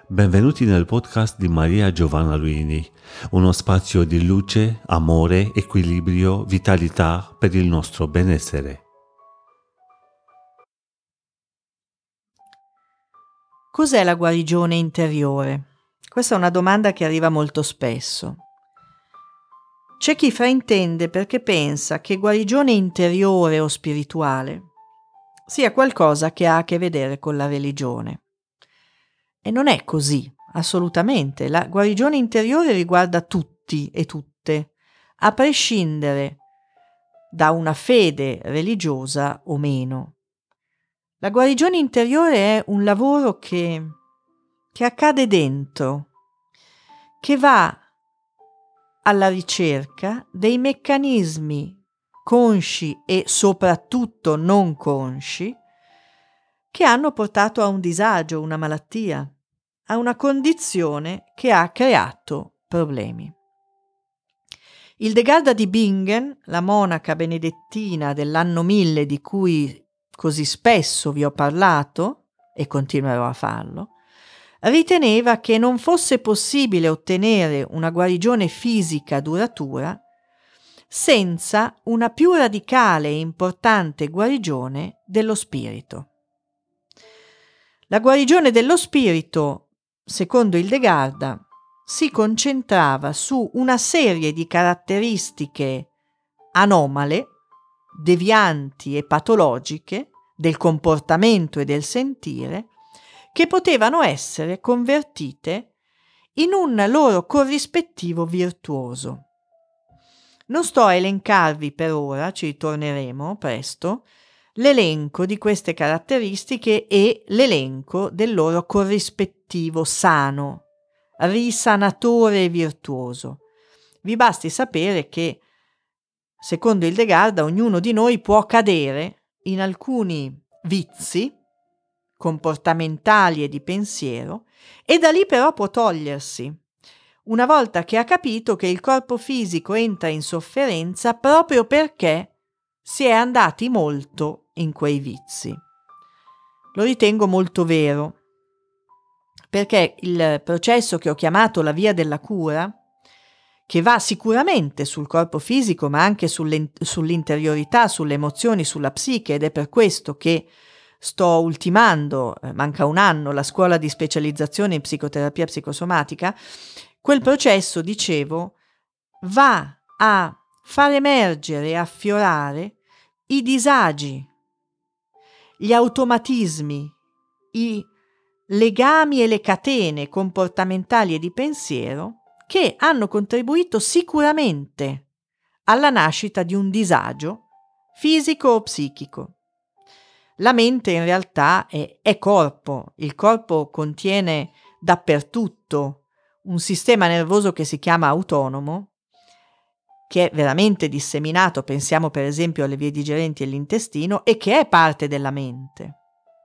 Benvenuti nel podcast di Maria Giovanna Luini, uno spazio di luce, amore, equilibrio, vitalità per il nostro benessere. Cos'è la guarigione interiore? Questa è una domanda che arriva molto spesso. C'è chi fraintende perché pensa che guarigione interiore o spirituale sia qualcosa che ha a che vedere con la religione. E non è così, assolutamente. La guarigione interiore riguarda tutti e tutte, a prescindere da una fede religiosa o meno. La guarigione interiore è un lavoro che accade dentro, che va alla ricerca dei meccanismi consci e soprattutto non consci che hanno portato a un disagio, una malattia, a una condizione che ha creato problemi. Hildegarda di Bingen, la monaca benedettina dell'anno 1000 di cui così spesso vi ho parlato e continuerò a farlo, riteneva che non fosse possibile ottenere una guarigione fisica duratura senza una più radicale e importante guarigione dello spirito. La guarigione dello spirito, secondo Hildegarda, si concentrava su una serie di caratteristiche anomale, devianti e patologiche del comportamento e del sentire che potevano essere convertite in un loro corrispettivo virtuoso. Non sto a elencarvi per ora, ci ritorneremo presto, l'elenco di queste caratteristiche e l'elenco del loro corrispettivo sano, risanatore e virtuoso. Vi basti sapere che, secondo Hildegarda, ognuno di noi può cadere in alcuni vizi comportamentali e di pensiero e da lì però può togliersi, una volta che ha capito che il corpo fisico entra in sofferenza proprio perché si è andati molto in quei vizi. Lo ritengo molto vero, perché il processo che ho chiamato la via della cura, che va sicuramente sul corpo fisico ma anche sull'interiorità, sulle emozioni, sulla psiche, ed è per questo che sto ultimando, manca un anno, la scuola di specializzazione in psicoterapia psicosomatica. Quel processo, dicevo, va a far emergere e affiorare i disagi, gli automatismi, i legami e le catene comportamentali e di pensiero che hanno contribuito sicuramente alla nascita di un disagio fisico o psichico. La mente in realtà è corpo, il corpo contiene dappertutto un sistema nervoso che si chiama autonomo, che è veramente disseminato, pensiamo per esempio alle vie digerenti e all'intestino, e che è parte della mente.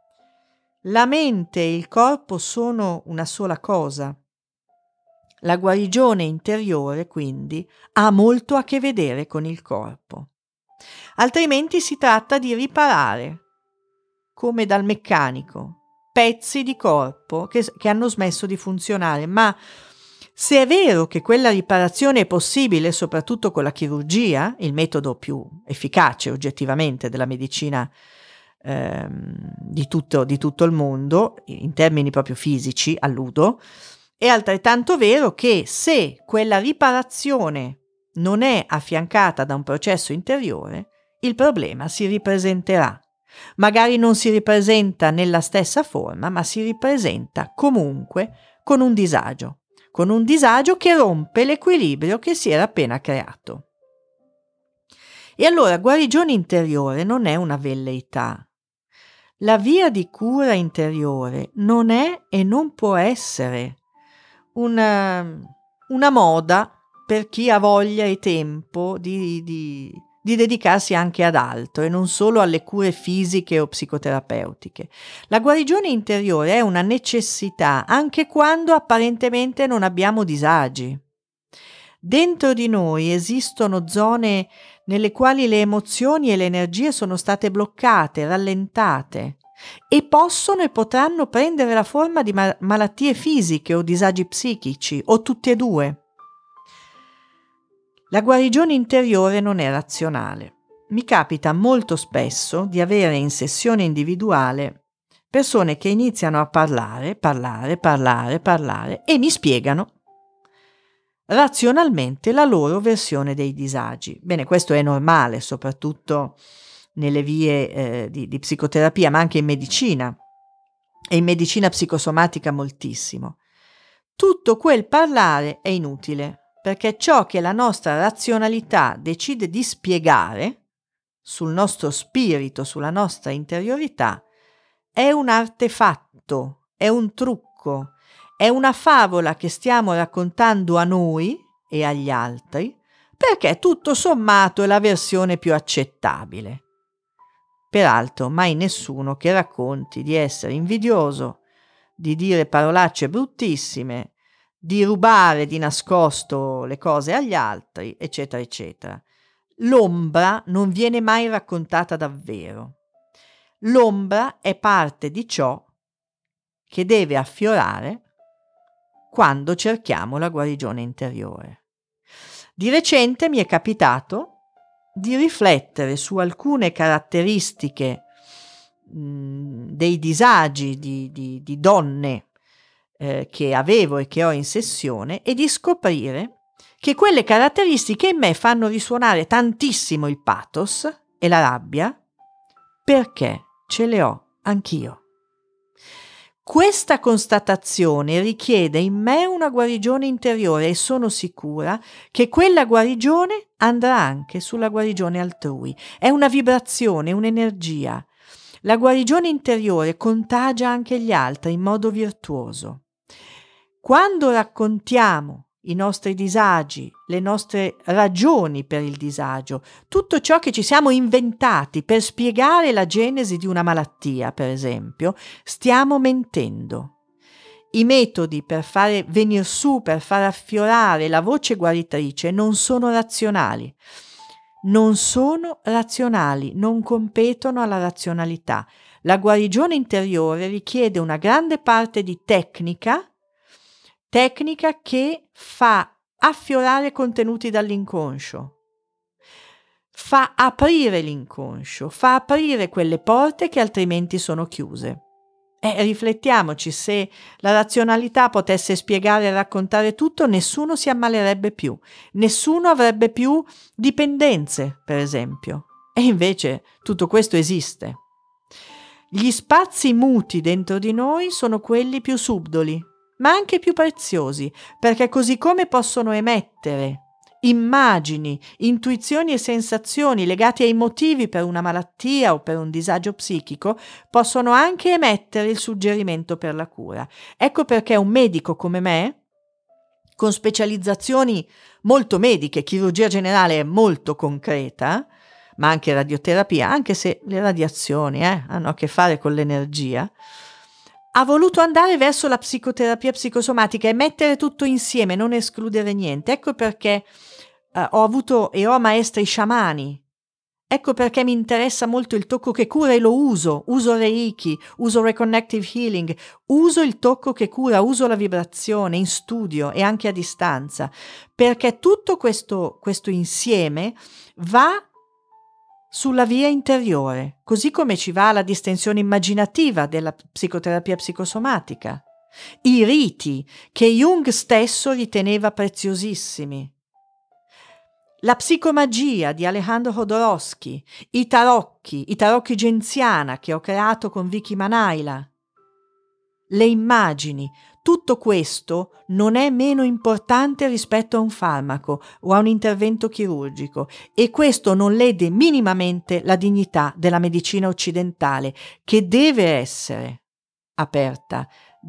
La mente e il corpo sono una sola cosa. La guarigione interiore, quindi, ha molto a che vedere con il corpo. Altrimenti si tratta di riparare, come dal meccanico, pezzi di corpo che hanno smesso di funzionare. Ma se è vero che quella riparazione è possibile, soprattutto con la chirurgia, il metodo più efficace oggettivamente della medicina di tutto il mondo, in termini proprio fisici, alludo, è altrettanto vero che se quella riparazione non è affiancata da un processo interiore, il problema si ripresenterà. Magari non si ripresenta nella stessa forma, ma si ripresenta comunque con un disagio che rompe l'equilibrio che si era appena creato. E allora guarigione interiore non è una velleità. La via di cura interiore non è e non può essere una moda per chi ha voglia e tempo di dedicarsi anche ad altro e non solo alle cure fisiche o psicoterapeutiche. La guarigione interiore è una necessità anche quando apparentemente non abbiamo disagi. Dentro di noi esistono zone nelle quali le emozioni e le energie sono state bloccate, rallentate, e possono e potranno prendere la forma di malattie fisiche o disagi psichici o tutti e due. La guarigione interiore non è razionale. Mi capita molto spesso di avere in sessione individuale persone che iniziano a parlare e mi spiegano razionalmente la loro versione dei disagi. Bene, questo è normale, soprattutto nelle vie di psicoterapia, ma anche in medicina, e in medicina psicosomatica moltissimo. Tutto quel parlare è inutile, perché ciò che la nostra razionalità decide di spiegare sul nostro spirito, sulla nostra interiorità, è un artefatto, è un trucco, è una favola che stiamo raccontando a noi e agli altri, perché tutto sommato è la versione più accettabile. Peraltro, mai nessuno che racconti di essere invidioso, di dire parolacce bruttissime, di rubare di nascosto le cose agli altri, eccetera, eccetera. L'ombra non viene mai raccontata davvero. L'ombra è parte di ciò che deve affiorare quando cerchiamo la guarigione interiore. Di recente mi è capitato di riflettere su alcune caratteristiche dei disagi di donne che avevo e che ho in sessione e di scoprire che quelle caratteristiche in me fanno risuonare tantissimo il pathos e la rabbia perché ce le ho anch'io. Questa constatazione richiede in me una guarigione interiore e sono sicura che quella guarigione andrà anche sulla guarigione altrui. È una vibrazione, un'energia. La guarigione interiore contagia anche gli altri in modo virtuoso. Quando raccontiamo i nostri disagi, le nostre ragioni per il disagio, tutto ciò che ci siamo inventati per spiegare la genesi di una malattia, per esempio, stiamo mentendo. I metodi per fare venir su, per far affiorare la voce guaritrice non sono razionali. Non sono razionali, non competono alla razionalità. La guarigione interiore richiede una grande parte di tecnica che fa affiorare contenuti dall'inconscio, fa aprire l'inconscio, fa aprire quelle porte che altrimenti sono chiuse. Riflettiamoci, se la razionalità potesse spiegare e raccontare tutto, nessuno si ammalerebbe più, nessuno avrebbe più dipendenze, per esempio. E invece tutto questo esiste. Gli spazi muti dentro di noi sono quelli più subdoli, ma anche più preziosi, perché così come possono emettere immagini, intuizioni e sensazioni legati ai motivi per una malattia o per un disagio psichico, possono anche emettere il suggerimento per la cura. Ecco perché un medico come me, con specializzazioni molto mediche, chirurgia generale è molto concreta, ma anche radioterapia, anche se le radiazioni hanno a che fare con l'energia, ha voluto andare verso la psicoterapia psicosomatica e mettere tutto insieme, non escludere niente. Ecco perché ho avuto e ho maestri sciamani. Ecco perché mi interessa molto il tocco che cura e lo uso Reiki, uso Reconnective Healing, uso il tocco che cura, uso la vibrazione in studio e anche a distanza, perché tutto questo insieme va sulla via interiore, così come ci va la distensione immaginativa della psicoterapia psicosomatica, i riti che Jung stesso riteneva preziosissimi, la psicomagia di Alejandro Jodorowsky, i tarocchi genziana che ho creato con Vicky Manaila, le immagini, tutto questo non è meno importante rispetto a un farmaco o a un intervento chirurgico, e questo non lede minimamente la dignità della medicina occidentale, che deve essere aperta,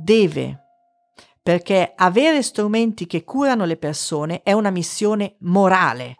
perché avere strumenti che curano le persone è una missione morale.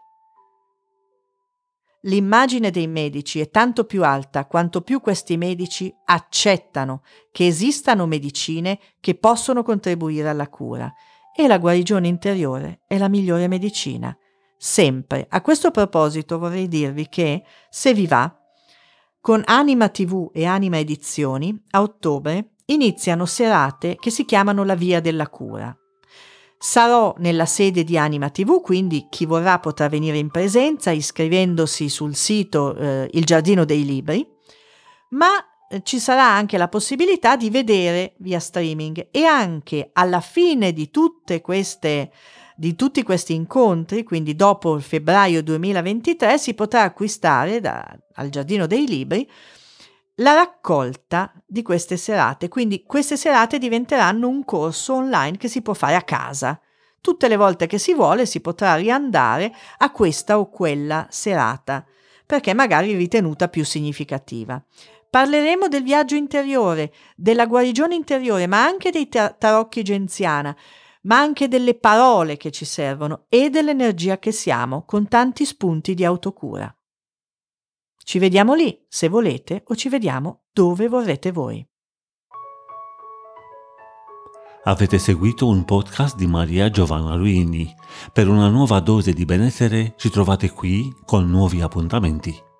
L'immagine dei medici è tanto più alta quanto più questi medici accettano che esistano medicine che possono contribuire alla cura, e la guarigione interiore è la migliore medicina. Sempre. A questo proposito vorrei dirvi che, se vi va, Con Anima TV e Anima Edizioni, a ottobre, iniziano serate che si chiamano La Via della Cura. Sarò nella sede di Anima TV, quindi chi vorrà potrà venire in presenza iscrivendosi sul sito Il Giardino dei Libri, ma ci sarà anche la possibilità di vedere via streaming, e anche alla fine di tutti questi incontri, quindi dopo il febbraio 2023, si potrà acquistare al Giardino dei Libri la raccolta di queste serate. Quindi queste serate diventeranno un corso online che si può fare a casa. Tutte le volte che si vuole si potrà riandare a questa o quella serata, perché magari ritenuta più significativa. Parleremo del viaggio interiore, della guarigione interiore, ma anche dei tarocchi genziana, ma anche delle parole che ci servono e dell'energia che siamo, con tanti spunti di autocura. Ci vediamo lì, se volete, o ci vediamo dove vorrete voi. Avete seguito un podcast di Maria Giovanna Luini. Per una nuova dose di benessere ci trovate qui con nuovi appuntamenti.